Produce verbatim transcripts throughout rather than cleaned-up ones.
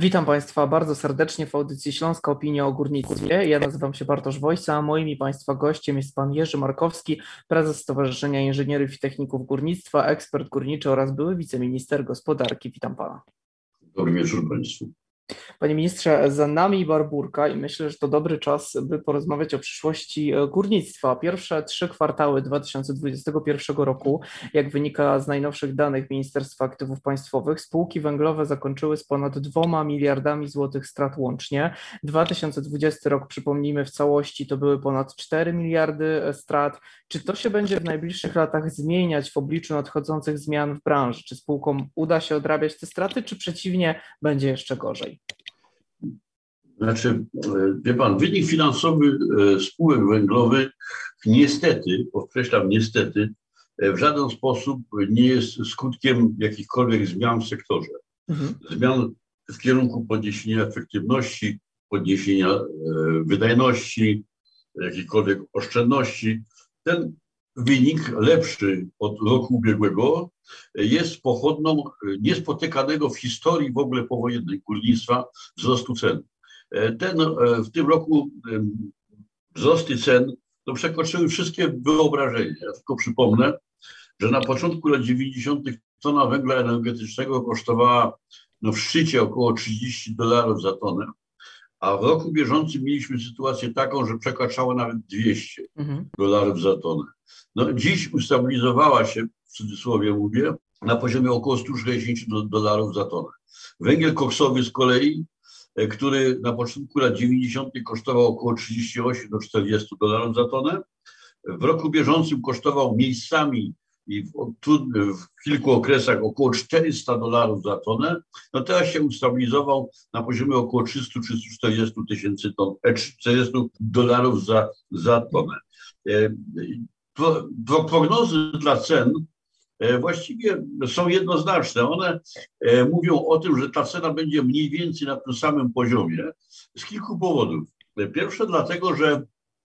Witam Państwa bardzo serdecznie w audycji Śląska Opinia o Górnictwie. Ja nazywam się Bartosz Wojsa, a moim i Państwa gościem jest Pan Jerzy Markowski, prezes Stowarzyszenia Inżynierów i Techników Górnictwa, ekspert górniczy oraz były wiceminister gospodarki. Witam Pana. Dobry wieczór Państwu. Panie ministrze, za nami Barbórka i myślę, że to dobry czas, by porozmawiać o przyszłości górnictwa. Pierwsze trzy kwartały dwa tysiące dwudziestego pierwszego roku, jak wynika z najnowszych danych Ministerstwa Aktywów Państwowych, spółki węglowe zakończyły z ponad dwoma miliardami złotych strat łącznie. dwa tysiące dwudziesty rok, przypomnijmy, w całości to były ponad cztery miliardy strat. Czy to się będzie w najbliższych latach zmieniać w obliczu nadchodzących zmian w branży? Czy spółkom uda się odrabiać te straty, czy przeciwnie, będzie jeszcze gorzej? Znaczy, wie Pan, wynik finansowy spółek węglowych niestety, podkreślam niestety, w żaden sposób nie jest skutkiem jakichkolwiek zmian w sektorze. Mhm. Zmian w kierunku podniesienia efektywności, podniesienia wydajności, jakichkolwiek oszczędności. Ten wynik lepszy od roku ubiegłego jest pochodną niespotykanego w historii w ogóle powojennej górnictwa wzrostu cen. Ten, w tym roku wzrosty cen to przekroczyły wszystkie wyobrażenia. Ja tylko przypomnę, że na początku lat dziewięćdziesiątych tona węgla energetycznego kosztowała no, w szczycie około trzydzieści dolarów za tonę, a w roku bieżącym mieliśmy sytuację taką, że przekraczała nawet dwieście dolarów za tonę. No, dziś ustabilizowała się, w cudzysłowie mówię, na poziomie około stu sześćdziesięciu dolarów za tonę. Węgiel koksowy z kolei, który na początku lat dziewięćdziesiątych kosztował około trzydzieści osiem do czterdziestu dolarów za tonę, w roku bieżącym kosztował miejscami i w, w kilku okresach około czterysta dolarów za tonę. No teraz się ustabilizował na poziomie około trzystu do trzystu czterdziestu tysięcy ton, czterdziestu dolarów za, za tonę. Pro, pro, prognozy dla cen właściwie są jednoznaczne. One mówią o tym, że ta cena będzie mniej więcej na tym samym poziomie z kilku powodów. Pierwsze dlatego, że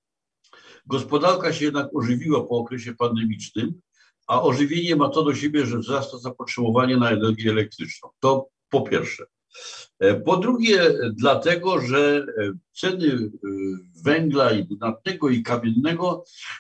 gospodarka się jednak ożywiła po okresie pandemicznym, a ożywienie ma to do siebie, że wzrasta zapotrzebowanie na energię elektryczną. To po pierwsze. Po drugie dlatego, że ceny węgla i brunatnego i kamiennego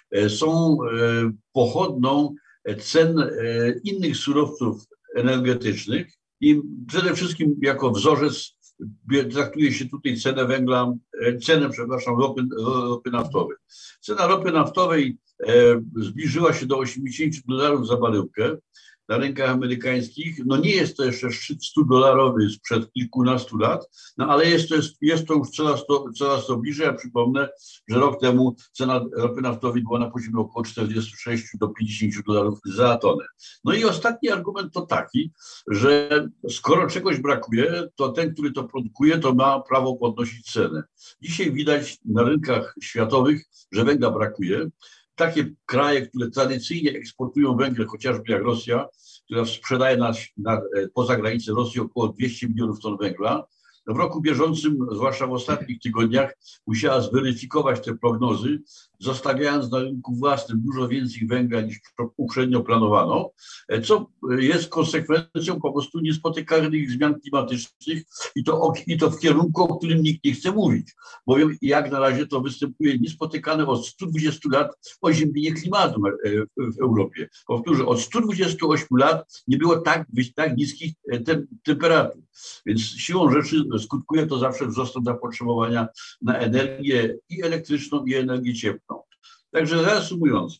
są pochodną cen innych surowców energetycznych i przede wszystkim jako wzorzec traktuje się tutaj cenę węgla, cenę, przepraszam, ropy, ropy naftowej. Cena ropy naftowej zbliżyła się do osiemdziesięciu dolarów za baryłkę na rynkach amerykańskich. No nie jest to jeszcze szczyt stu dolarowy sprzed kilkunastu lat, no ale jest to, jest, jest to już coraz to, coraz to bliżej. Ja przypomnę, że rok temu cena ropy naftowej była na poziomie około czterdziestu sześciu do pięćdziesięciu dolarów za tonę. No i ostatni argument to taki, że skoro czegoś brakuje, to ten, który to produkuje, to ma prawo podnosić cenę. Dzisiaj widać na rynkach światowych, że węgla brakuje. Takie kraje, które tradycyjnie eksportują węgiel, chociażby jak Rosja, która sprzedaje na, na, poza granicę Rosji około dwieście milionów ton węgla, w roku bieżącym, zwłaszcza w ostatnich tygodniach, musiała zweryfikować te prognozy, zostawiając na rynku własnym dużo więcej węgla niż uprzednio planowano, co jest konsekwencją po prostu niespotykanych zmian klimatycznych i to, i to w kierunku, o którym nikt nie chce mówić. Bowiem jak na razie to występuje niespotykane od stu dwudziestu lat oziębienie klimatu w Europie. Powtórzę, od stu dwudziestu ośmiu lat nie było tak, tak niskich tem, temperatur. Więc siłą rzeczy skutkuje to zawsze wzrostem zapotrzebowania na energię i elektryczną, i energię cieplną. Także reasumując,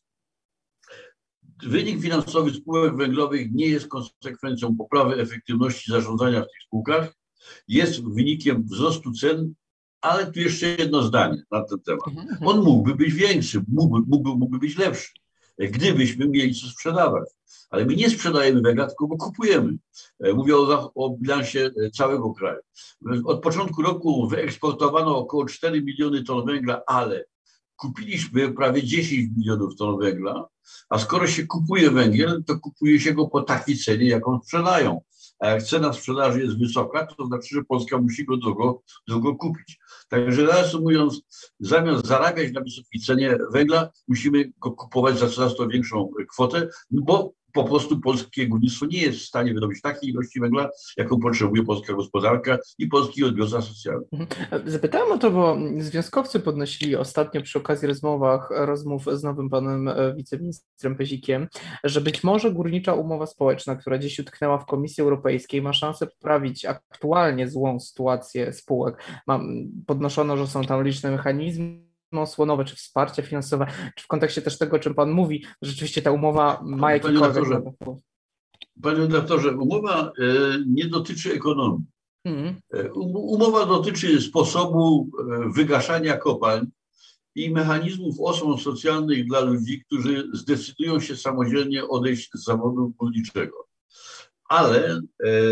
wynik finansowy spółek węglowych nie jest konsekwencją poprawy efektywności zarządzania w tych spółkach, jest wynikiem wzrostu cen, ale tu jeszcze jedno zdanie na ten temat. On mógłby być większy, mógłby, mógłby, mógłby być lepszy, gdybyśmy mieli co sprzedawać. Ale my nie sprzedajemy węgla, tylko go kupujemy. Mówię o, o bilansie całego kraju. Od początku roku wyeksportowano około cztery miliony ton węgla, ale kupiliśmy prawie dziesięć milionów ton węgla, a skoro się kupuje węgiel, to kupuje się go po takiej cenie, jaką sprzedają. A jak cena sprzedaży jest wysoka, to znaczy, że Polska musi go drogo, drogo kupić. Także reasumując, zamiast zarabiać na wysokiej cenie węgla, musimy go kupować za coraz to większą kwotę, bo po prostu polskie górnictwo nie jest w stanie wydobyć takiej ilości węgla, jaką potrzebuje polska gospodarka i polski odbiorca socjalny. Zapytałem o to, bo związkowcy podnosili ostatnio przy okazji rozmowach, rozmów z nowym panem wiceministrem Pyzikiem, że być może górnicza umowa społeczna, która dziś utknęła w Komisji Europejskiej, ma szansę poprawić aktualnie złą sytuację spółek. Podnoszono, że są tam liczne mechanizmy osłonowe, czy wsparcie finansowe, czy w kontekście też tego, o czym pan mówi, że rzeczywiście ta umowa ma jakikolwiek... Panie redaktorze, umowa nie dotyczy ekonomii. Mhm. Umowa dotyczy sposobu wygaszania kopalń i mechanizmów osłon socjalnych dla ludzi, którzy zdecydują się samodzielnie odejść z zawodu górniczego. Ale e,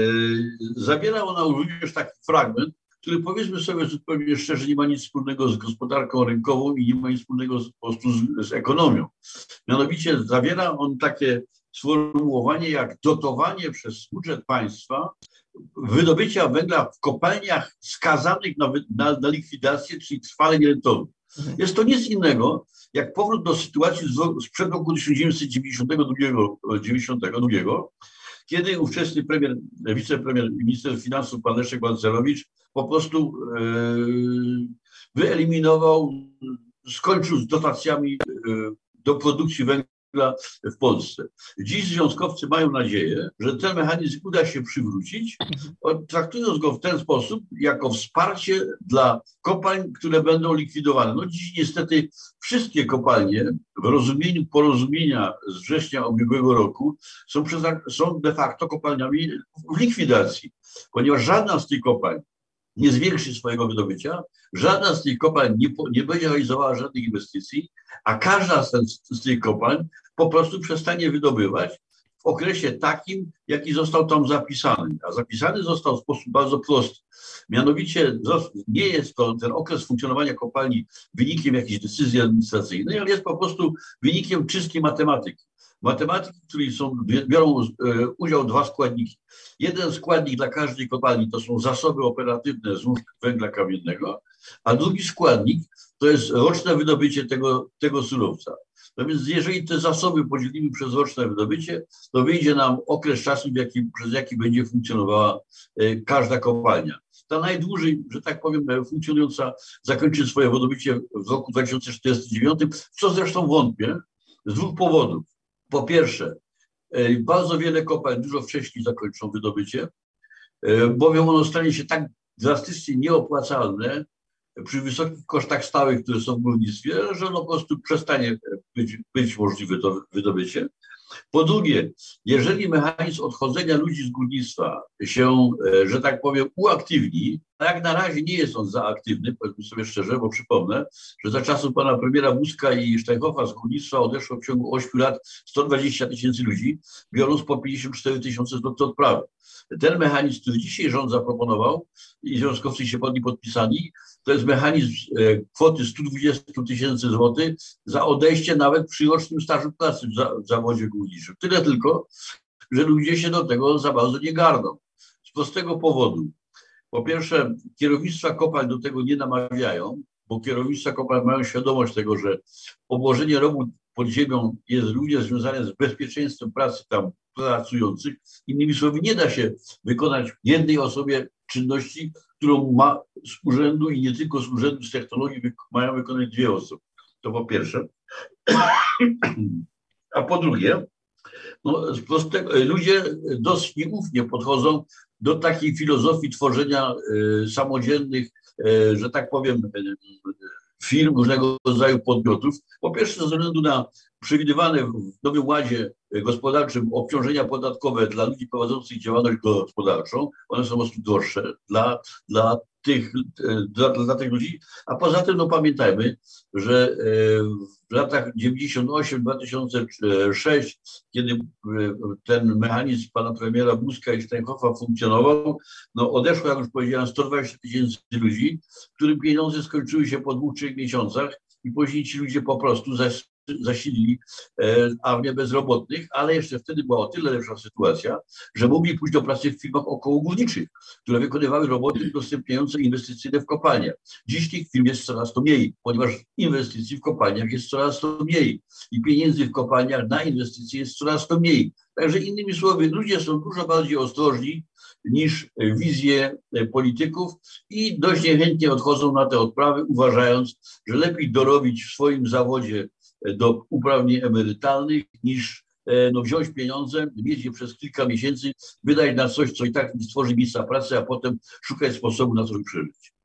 zawiera ona również taki fragment, który, powiedzmy sobie zupełnie szczerze, nie ma nic wspólnego z gospodarką rynkową i nie ma nic wspólnego z, po prostu z, z ekonomią. Mianowicie zawiera on takie sformułowanie jak dotowanie przez budżet państwa wydobycia węgla w kopalniach skazanych na, na, na likwidację, czyli trwale nierentownych. Jest to nic innego jak powrót do sytuacji sprzed roku tysiąc dziewięćset dziewięćdziesiątego drugiego, kiedy ówczesny premier, wicepremier, minister finansów pan Leszek Balcerowicz po prostu yy, wyeliminował, skończył z dotacjami yy, do produkcji węgla w Polsce. Dziś związkowcy mają nadzieję, że ten mechanizm uda się przywrócić, traktując go w ten sposób jako wsparcie dla kopalń, które będą likwidowane. No dziś niestety wszystkie kopalnie w rozumieniu porozumienia z września ubiegłego roku są, przez, są de facto kopalniami w likwidacji, ponieważ żadna z tych kopalń nie zwiększy swojego wydobycia, żadna z tych kopalń nie, nie będzie realizowała żadnych inwestycji, a każda z, ten, z tych kopalń po prostu przestanie wydobywać w okresie takim, jaki został tam zapisany. A zapisany został w sposób bardzo prosty. Mianowicie nie jest to ten okres funkcjonowania kopalni wynikiem jakiejś decyzji administracyjnej, ale jest po prostu wynikiem czystej matematyki. Matematyki, w której są, biorą udział dwa składniki. Jeden składnik dla każdej kopalni to są zasoby operatywne złóż węgla kamiennego, a drugi składnik to jest roczne wydobycie tego, tego surowca. No więc jeżeli te zasoby podzielimy przez roczne wydobycie, to wyjdzie nam okres czasu, w jaki, przez jaki będzie funkcjonowała każda kopalnia. Ta najdłużej, że tak powiem, funkcjonująca zakończy swoje wydobycie w roku dwa tysiące czterdziestym dziewiątym, co zresztą wątpię, z dwóch powodów. Po pierwsze, bardzo wiele kopalń dużo wcześniej zakończą wydobycie, bowiem ono stanie się tak drastycznie nieopłacalne przy wysokich kosztach stałych, które są w górnictwie, że ono po prostu przestanie być, być możliwe to wydobycie. Po drugie, jeżeli mechanizm odchodzenia ludzi z górnictwa się, że tak powiem, uaktywni, a jak na razie nie jest on za aktywny, powiedzmy sobie szczerze, bo przypomnę, że za czasów pana premiera Buzka i Steinhoffa z górnictwa odeszło w ciągu ośmiu lat sto dwadzieścia tysięcy ludzi, biorąc po pięćdziesiąt cztery tysiące złotych odprawy. Ten mechanizm, który dzisiaj rząd zaproponował i związkowcy się pod nim podpisali, to jest mechanizm kwoty sto dwadzieścia tysięcy złotych za odejście nawet przy rocznym stażu pracy w zawodzie górniczym. Tyle tylko, że ludzie się do tego za bardzo nie garną. Z prostego powodu. Po pierwsze, kierownictwa kopalń do tego nie namawiają, bo kierownictwa kopalń mają świadomość tego, że obłożenie robót pod ziemią jest również związane z bezpieczeństwem pracy tam pracujących. Innymi słowy, nie da się wykonać jednej osobie czynności, którą ma z urzędu i nie tylko z urzędu, z technologii mają wykonać dwie osoby. To po pierwsze. A po drugie, no, z prostego, ludzie dosyć nieufnie podchodzą do takiej filozofii tworzenia y, samodzielnych, y, że tak powiem, y, firm, różnego rodzaju podmiotów. Po pierwsze, ze względu na przewidywane w Nowym Ładzie Gospodarczym obciążenia podatkowe dla ludzi prowadzących działalność gospodarczą, one są po prostu droższe dla, dla, tych, dla, dla tych ludzi. A poza tym, no pamiętajmy, że w latach dziewięćdziesiątym ósmym do dwa tysiące szóstego, kiedy ten mechanizm pana premiera Buzka i Steinhoffa funkcjonował, no odeszło, jak już powiedziałem, sto dwadzieścia tysięcy ludzi, którym pieniądze skończyły się po dwóch, trzech miesiącach i później ci ludzie po prostu zasilili armię bezrobotnych, ale jeszcze wtedy była o tyle lepsza sytuacja, że mogli pójść do pracy w firmach okołogórniczych, które wykonywały roboty udostępniające inwestycyjne w kopalniach. Dziś tych firm jest coraz to mniej, ponieważ inwestycji w kopalniach jest coraz to mniej i pieniędzy w kopalniach na inwestycje jest coraz to mniej. Także innymi słowy, ludzie są dużo bardziej ostrożni niż wizje polityków i dość niechętnie odchodzą na te odprawy, uważając, że lepiej dorobić w swoim zawodzie do uprawnień emerytalnych niż no, wziąć pieniądze, mieć je przez kilka miesięcy, wydać na coś, co i tak nie stworzy miejsca pracy, a potem szukać sposobu na to, żeby przeżyć.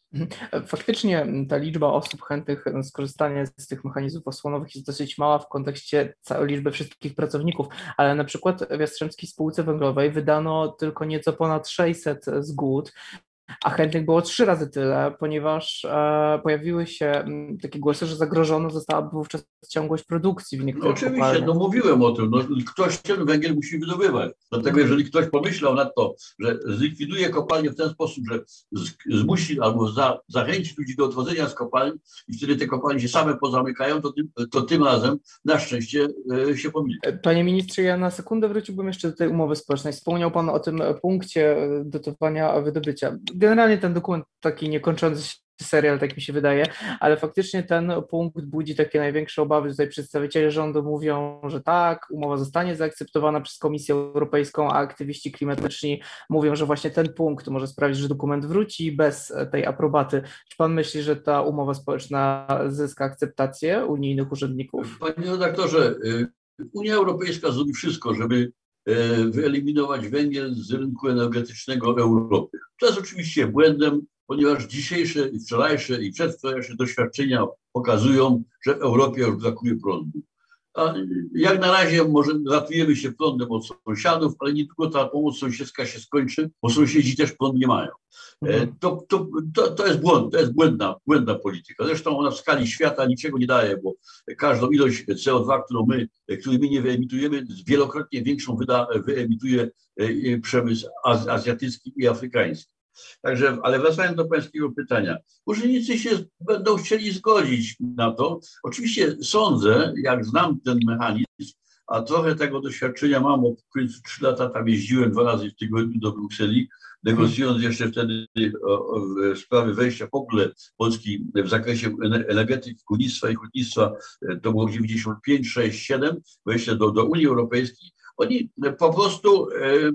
Faktycznie ta liczba osób chętnych na skorzystanie z tych mechanizmów osłonowych jest dosyć mała w kontekście całej liczby wszystkich pracowników, ale na przykład w Jastrzębskiej Spółce Węglowej wydano tylko nieco ponad sześćset zgód, a chętnych było trzy razy tyle, ponieważ e, pojawiły się m, takie głosy, że zagrożona zostałaby wówczas ciągłość produkcji w niektórych No oczywiście, kopalniach. no mówiłem o tym, no, ktoś ten węgiel musi wydobywać. Dlatego jeżeli ktoś pomyślał na to, że zlikwiduje kopalnię w ten sposób, że z, zmusi albo za, zachęci ludzi do odchodzenia z kopalni i wtedy te kopalnie się same pozamykają, to tym, to tym razem na szczęście e, się pomyli. Panie ministrze, ja na sekundę wróciłbym jeszcze do tej umowy społecznej. Wspomniał Pan o tym punkcie dotowania wydobycia. Generalnie ten dokument taki niekończący się serial, tak mi się wydaje, ale faktycznie ten punkt budzi takie największe obawy. Tutaj przedstawiciele rządu mówią, że tak, umowa zostanie zaakceptowana przez Komisję Europejską, a aktywiści klimatyczni mówią, że właśnie ten punkt może sprawić, że dokument wróci bez tej aprobaty. Czy Pan myśli, że ta umowa społeczna zyska akceptację unijnych urzędników? Panie redaktorze, Unia Europejska zrobi wszystko, żeby wyeliminować węgiel z rynku energetycznego Europy. To jest oczywiście błędem, ponieważ dzisiejsze, i wczorajsze i przedwczorajsze doświadczenia pokazują, że w Europie już brakuje prądu. A jak na razie może ratujemy się prądem od sąsiadów, ale niedługo ta pomoc sąsiedzka się skończy, bo sąsiedzi też prąd nie mają. Mhm. To, to, to, to jest błąd, to jest błędna, błędna polityka. Zresztą ona w skali świata niczego nie daje, bo każdą ilość C O dwa, którą my, której my nie wyemitujemy, wielokrotnie większą wyda, wyemituje przemysł azjatycki i afrykański. Także, ale wracając do pańskiego pytania, urzędnicy się będą chcieli zgodzić na to. Oczywiście sądzę, jak znam ten mechanizm, a trochę tego doświadczenia mam, bo w końcu trzy lata tam jeździłem dwa razy w tygodniu do Brukseli, negocjując jeszcze wtedy o, o, w sprawie wejścia w ogóle Polski w zakresie energetyki, górnictwa i hutnictwa, to było dziewięćdziesiąt pięć, sześć, siedem, wejście do, do Unii Europejskiej. Oni po prostu e,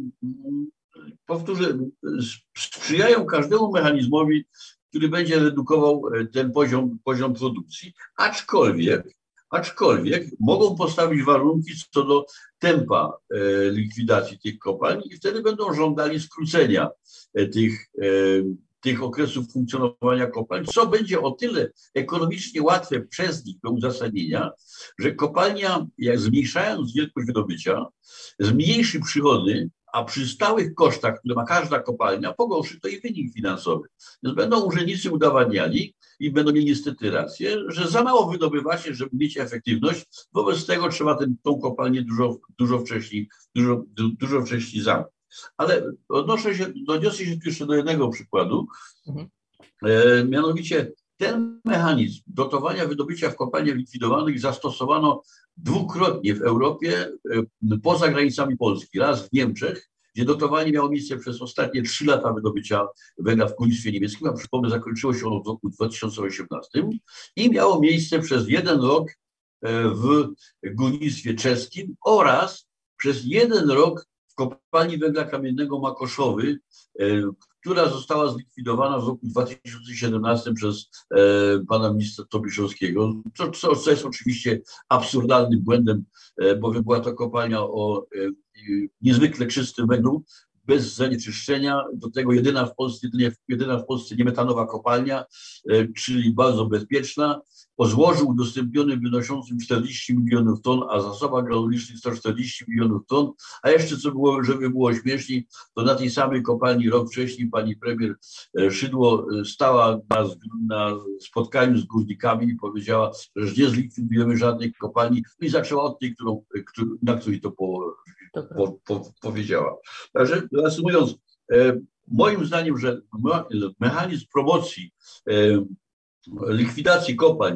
powtórzę, sprzyjają każdemu mechanizmowi, który będzie redukował ten poziom, poziom produkcji, aczkolwiek, aczkolwiek mogą postawić warunki co do tempa likwidacji tych kopalń i wtedy będą żądali skrócenia tych, tych okresów funkcjonowania kopalń, co będzie o tyle ekonomicznie łatwe przez nich do uzasadnienia, że kopalnia, jak zmniejszając wielkość wydobycia, zmniejszy przychody, a przy stałych kosztach, które ma każda kopalnia, pogorszy to i wynik finansowy. Więc będą urzędnicy udowadniali i będą mieli niestety rację, że za mało wydobywacie, żeby mieć efektywność, wobec tego trzeba ten, tą kopalnię dużo, dużo wcześniej, dużo, dużo wcześniej zamknąć. Ale odnoszę się, odniosę się tu jeszcze do jednego przykładu, mhm. e, mianowicie ten mechanizm dotowania wydobycia w kopalniach likwidowanych zastosowano dwukrotnie w Europie poza granicami Polski. Raz w Niemczech, gdzie dotowanie miało miejsce przez ostatnie trzy lata wydobycia węgla w górnictwie niemieckim, a przypomnę, zakończyło się ono w roku dwa tysiące osiemnastym i miało miejsce przez jeden rok w górnictwie czeskim oraz przez jeden rok w kopalni węgla kamiennego Makoszowy, która została zlikwidowana w roku dwa tysiące siedemnastym przez e, pana ministra Tobiszowskiego, co, co, co jest oczywiście absurdalnym błędem, e, bowiem była to kopalnia o e, niezwykle czystym węglu, bez zanieczyszczenia, do tego jedyna w Polsce, jedynie, jedyna w Polsce niemetanowa kopalnia, e, czyli bardzo bezpieczna, o złożu udostępnionym wynoszącym czterdzieści milionów ton, a zasobach geologicznych sto czterdzieści milionów ton, a jeszcze co było, żeby było śmieszniej, to na tej samej kopalni rok wcześniej pani premier Szydło stała na, na spotkaniu z górnikami i powiedziała, że nie zlikwidujemy żadnej kopalni, no i zaczęła od tej, którą, na której to po, po, po, powiedziała. Także reasumując, moim zdaniem, że mechanizm promocji likwidacji kopalń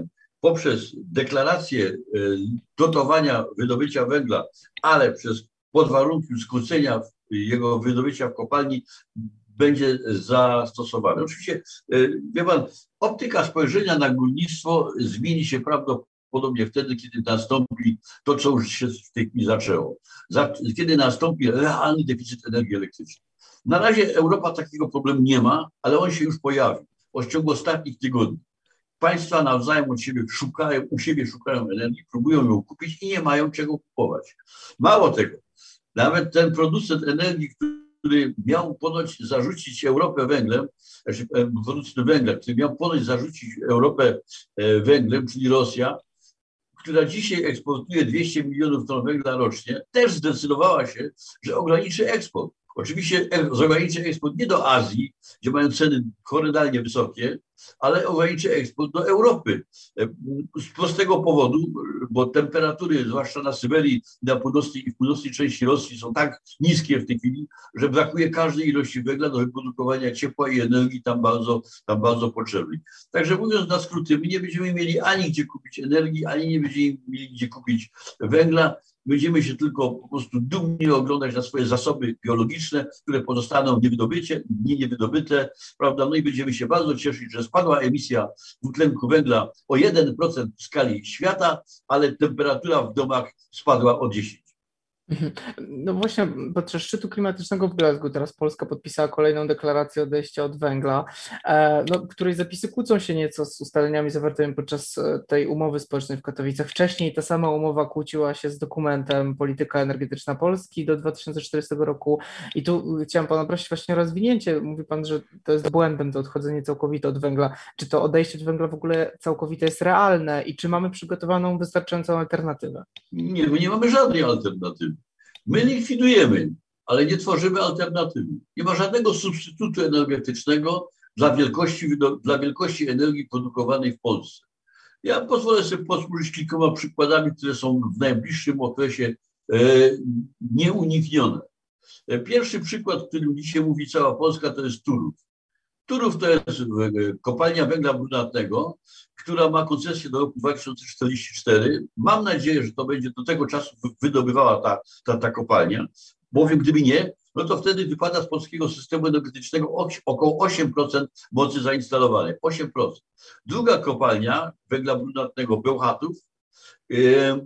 poprzez deklarację dotowania wydobycia węgla, ale przez pod warunkiem skrócenia jego wydobycia w kopalni będzie zastosowane. Oczywiście, wie pan, optyka spojrzenia na górnictwo zmieni się prawdopodobnie wtedy, kiedy nastąpi to, co już się w tej chwili zaczęło. Kiedy nastąpi realny deficyt energii elektrycznej. Na razie Europa takiego problemu nie ma, ale on się już pojawi w ciągu ostatnich tygodni. Państwa nawzajem od siebie szukają, u siebie szukają energii, próbują ją kupić i nie mają czego kupować. Mało tego, nawet ten producent energii, który miał ponoć zarzucić Europę węglem, znaczy producent węgla, który miał ponoć zarzucić Europę węglem, czyli Rosja, która dzisiaj eksportuje dwieście milionów ton węgla rocznie, też zdecydowała się, że ograniczy eksport. Oczywiście ograniczy eksport nie do Azji, gdzie mają ceny horrendalnie wysokie, ale ograniczy eksport do Europy. Z prostego powodu, bo temperatury, zwłaszcza na Syberii, na północnej i w północnej części Rosji są tak niskie w tej chwili, że brakuje każdej ilości węgla do wyprodukowania ciepła i energii tam bardzo, tam bardzo potrzebnej. Także mówiąc na skróty, my nie będziemy mieli ani gdzie kupić energii, ani nie będziemy mieli gdzie kupić węgla. Będziemy się tylko po prostu dumnie oglądać na swoje zasoby biologiczne, które pozostaną niewydobycie, nie niewydobyte, prawda? No i będziemy się bardzo cieszyć, że spadła emisja dwutlenku węgla o jeden procent w skali świata, ale temperatura w domach spadła o dziesięć procent. No właśnie, podczas szczytu klimatycznego w Glasgow teraz Polska podpisała kolejną deklarację odejścia od węgla, no, której zapisy kłócą się nieco z ustaleniami zawartymi podczas tej umowy społecznej w Katowicach. Wcześniej ta sama umowa kłóciła się z dokumentem Polityka energetyczna Polski do dwa tysiące czterdziestego roku i tu chciałam pana prosić właśnie o rozwinięcie. Mówi pan, że to jest błędem to odchodzenie całkowite od węgla. Czy to odejście od węgla w ogóle całkowite jest realne i czy mamy przygotowaną wystarczającą alternatywę? Nie, my nie mamy żadnej alternatywy. My likwidujemy, ale nie tworzymy alternatywy. Nie ma żadnego substytutu energetycznego dla wielkości, dla wielkości energii produkowanej w Polsce. Ja pozwolę sobie posłużyć kilkoma przykładami, które są w najbliższym okresie e, nieuniknione. Pierwszy przykład, o którym dzisiaj mówi cała Polska, to jest Turów. Turów to jest kopalnia węgla brunatnego, która ma koncesję do roku dwa tysiące czterdziestego czwartego. Mam nadzieję, że to będzie do tego czasu wydobywała ta, ta, ta kopalnia, bowiem gdyby nie, no to wtedy wypada z polskiego systemu energetycznego około osiem procent mocy zainstalowanej. osiem procent. Druga kopalnia węgla brunatnego Bełchatów yy,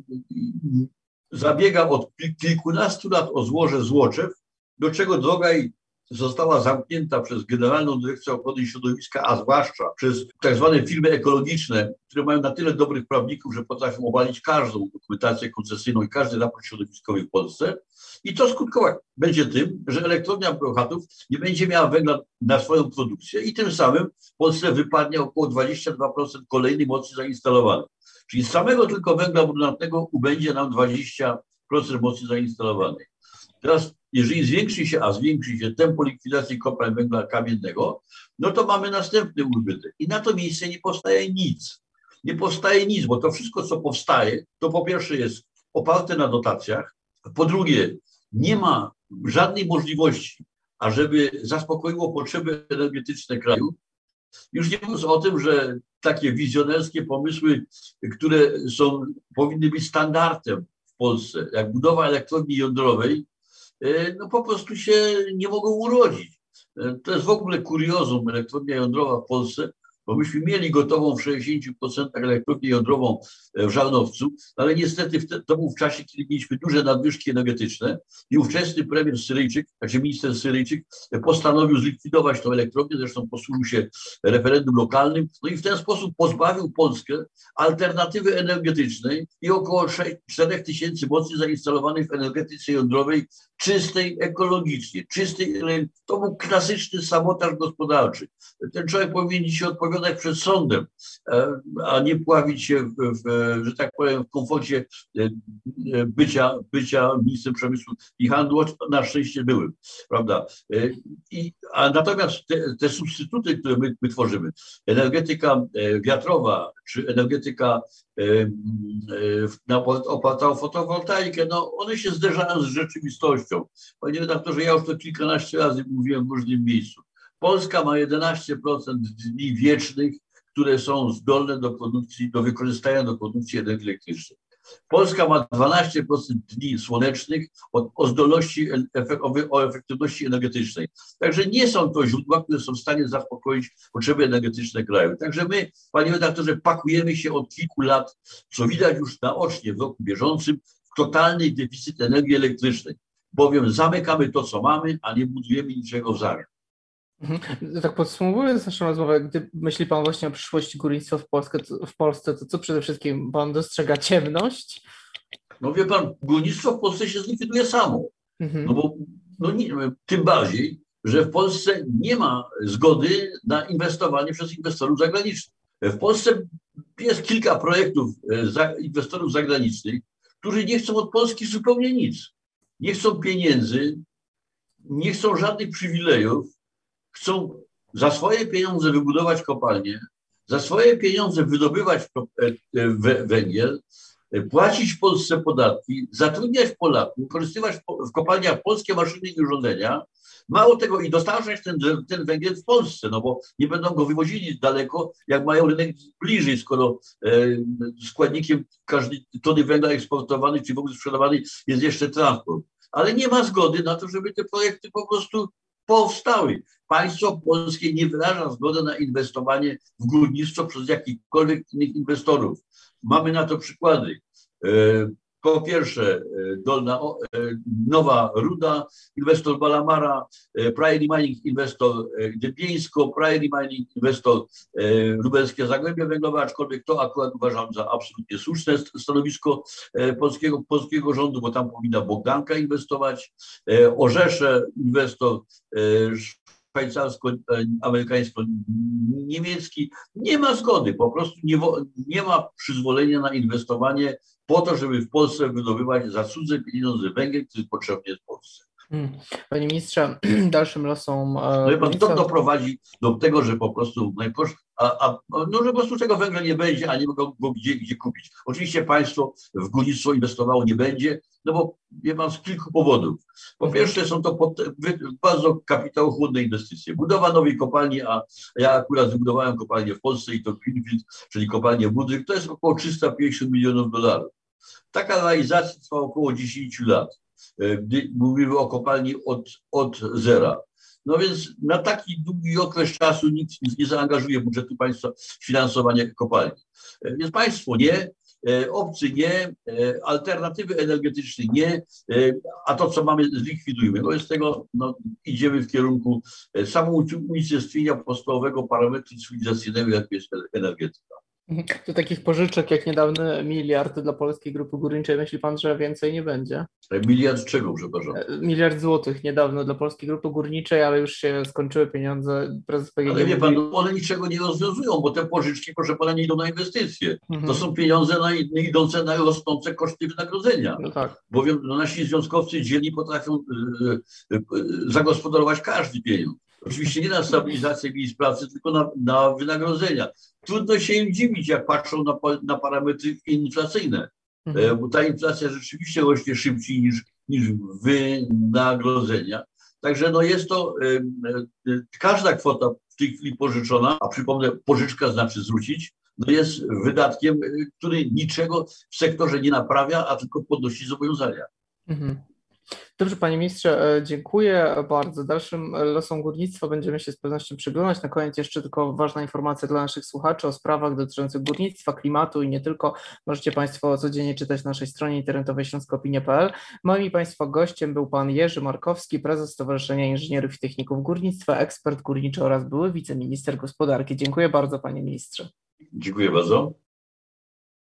zabiega od kilkunastu lat o złoże Złoczew, do czego droga i została zamknięta przez Generalną Dyrekcję Ochrony Środowiska, a zwłaszcza przez tak zwane firmy ekologiczne, które mają na tyle dobrych prawników, że potrafią obalić każdą dokumentację koncesyjną i każdy raport środowiskowy w Polsce. I to skutkować będzie tym, że elektrownia Bełchatów nie będzie miała węgla na swoją produkcję i tym samym w Polsce wypadnie około dwadzieścia dwa procent kolejnej mocy zainstalowanej. Czyli z samego tylko węgla brunatnego ubędzie nam dwadzieścia procent mocy zainstalowanej. Teraz, jeżeli zwiększy się, a zwiększy się tempo likwidacji kopalń węgla kamiennego, no to mamy następny ubytek. I na to miejsce nie powstaje nic. Nie powstaje nic, bo to wszystko, co powstaje, to po pierwsze jest oparte na dotacjach, po drugie nie ma żadnej możliwości, ażeby zaspokoiło potrzeby energetyczne kraju. Już nie mówiąc o tym, że takie wizjonerskie pomysły, które są, powinny być standardem w Polsce, jak budowa elektrowni jądrowej, no po prostu się nie mogą urodzić. To jest w ogóle kuriozum elektrownia jądrowa w Polsce, bo myśmy mieli gotową w sześćdziesięciu procentach elektrownię jądrową w Żarnowcu, ale niestety to był w czasie, kiedy mieliśmy duże nadwyżki energetyczne i ówczesny premier Syryjczyk, znaczy minister Syryjczyk postanowił zlikwidować tę elektrownię, zresztą posłużył się referendum lokalnym, no i w ten sposób pozbawił Polskę alternatywy energetycznej i około czterech tysięcy mocy zainstalowanych w energetyce jądrowej czystej ekologicznie, czystej, to był klasyczny sabotaż gospodarczy. Ten człowiek powinien dzisiaj odpowiadać przed sądem, a nie pławić się, w, w, że tak powiem, w komforcie bycia, bycia ministrem przemysłu i handlu, na szczęście byłem, prawda? I, a natomiast te, te substytuty, które my, my tworzymy, energetyka wiatrowa czy energetyka oparta o fotowoltaikę, no one się zderzają z rzeczywistością. Panie redaktorze, ja już to kilkanaście razy mówiłem w różnym miejscu. Polska ma jedenaście procent dni wiecznych, które są zdolne do produkcji, do wykorzystania do produkcji energii elektrycznej. Polska ma dwanaście procent dni słonecznych o, o zdolności, o efektywności energetycznej. Także nie są to źródła, które są w stanie zaspokoić potrzeby energetyczne kraju. Także my, panie redaktorze, pakujemy się od kilku lat, co widać już naocznie w roku bieżącym, w totalny deficyt energii elektrycznej, bowiem zamykamy to, co mamy, a nie budujemy niczego w zamian. Mhm. Tak podsumowując naszą rozmowę, gdy myśli Pan właśnie o przyszłości górnictwa w Polsce, to, w Polsce, to co przede wszystkim Pan dostrzega? Ciemność? No wie Pan, górnictwo w Polsce się zlikwiduje samo. Mhm. No bo no nie, tym bardziej, że w Polsce nie ma zgody na inwestowanie przez inwestorów zagranicznych. W Polsce jest kilka projektów za, inwestorów zagranicznych, którzy nie chcą od Polski zupełnie nic. Nie chcą pieniędzy, nie chcą żadnych przywilejów, chcą za swoje pieniądze wybudować kopalnie, za swoje pieniądze wydobywać węgiel, płacić w Polsce podatki, zatrudniać Polaków, wykorzystywać w kopalniach polskie maszyny i urządzenia, mało tego i dostarczać ten, ten węgiel w Polsce, no bo nie będą go wywozili daleko, jak mają rynek bliżej, skoro e, składnikiem każdej tony węgla eksportowanej czy w ogóle sprzedawanej jest jeszcze transport. Ale nie ma zgody na to, żeby te projekty po prostu powstały. Państwo polskie nie wyraża zgody na inwestowanie w górnictwo przez jakichkolwiek innych inwestorów. Mamy na to przykłady. Po pierwsze, Dolna, Nowa Ruda, inwestor Balamara, Prairie Mining, inwestor Dębieńsko, Prairie Mining, inwestor Lubelskie Zagłębie Węglowe, aczkolwiek to akurat uważam za absolutnie słuszne stanowisko polskiego, polskiego rządu, bo tam powinna Bogdanka inwestować. Orzesze, inwestor szwajcarsko-amerykańsko-niemiecki, nie ma zgody, po prostu nie, nie ma przyzwolenia na inwestowanie po to, żeby w Polsce wydobywać za cudze pieniądze węgiel, który jest potrzebny jest w Polsce. Panie ministrze, dalszym losom... No i pan, to doprowadzi do tego, że po prostu najkoszt, a, a, no, że po prostu tego węgla nie będzie, a nie mogą go gdzie, gdzie kupić. Oczywiście państwo w górnictwo inwestowało nie będzie, no bo wie pan z kilku powodów. Po pierwsze są to pod, bardzo kapitałochłonne inwestycje. Budowa nowej kopalni, a ja akurat wybudowałem kopalnię w Polsce i to Greenfield, czyli kopalnię Budryk, to jest około trzysta pięćdziesiąt milionów dolarów. Taka realizacja trwa około dziesięć lat. Gdy mówimy o kopalni od, od zera. No więc na taki długi okres czasu nikt nie zaangażuje budżetu państwa w finansowanie kopalni. Więc państwo nie, obcy nie, alternatywy energetyczne nie, a to, co mamy, zlikwidujmy. No z tego no, idziemy w kierunku samounicestwienia podstawowego parametru cywilizacyjnego, jakim jest energetyka. Do takich pożyczek jak niedawny miliard dla Polskiej Grupy Górniczej, myśli pan, że więcej nie będzie? Miliard czego, przepraszam? Miliard złotych niedawno dla Polskiej Grupy Górniczej, ale już się skończyły pieniądze. Prezes P G G ale wie pan, mówi... one niczego nie rozwiązują, bo te pożyczki, proszę pana, nie idą na inwestycje. Mhm. To są pieniądze na, idące na rosnące koszty wynagrodzenia. No tak. Bowiem no, nasi związkowcy dzielni potrafią y, y, y, zagospodarować każdy pieniądz. Oczywiście nie na stabilizację miejsc pracy, tylko na, na wynagrodzenia. Trudno się im dziwić, jak patrzą na, na parametry inflacyjne, mhm. bo ta inflacja rzeczywiście rośnie szybciej niż, niż wynagrodzenia. Także no jest to, y, y, każda kwota w tej chwili pożyczona, a przypomnę, pożyczka znaczy zwrócić, no jest wydatkiem, y, który niczego w sektorze nie naprawia, a tylko podnosi zobowiązania. Mhm. Dobrze, panie ministrze, dziękuję bardzo. Dalszym losom górnictwa będziemy się z pewnością przyglądać. Na koniec jeszcze tylko ważna informacja dla naszych słuchaczy o sprawach dotyczących górnictwa, klimatu i nie tylko. Możecie państwo codziennie czytać na naszej stronie internetowej śląskoopinia kropka p l. Moim i państwa gościem był pan Jerzy Markowski, prezes Stowarzyszenia Inżynierów i Techników Górnictwa, ekspert górniczy oraz były wiceminister gospodarki. Dziękuję bardzo, panie ministrze. Dziękuję bardzo.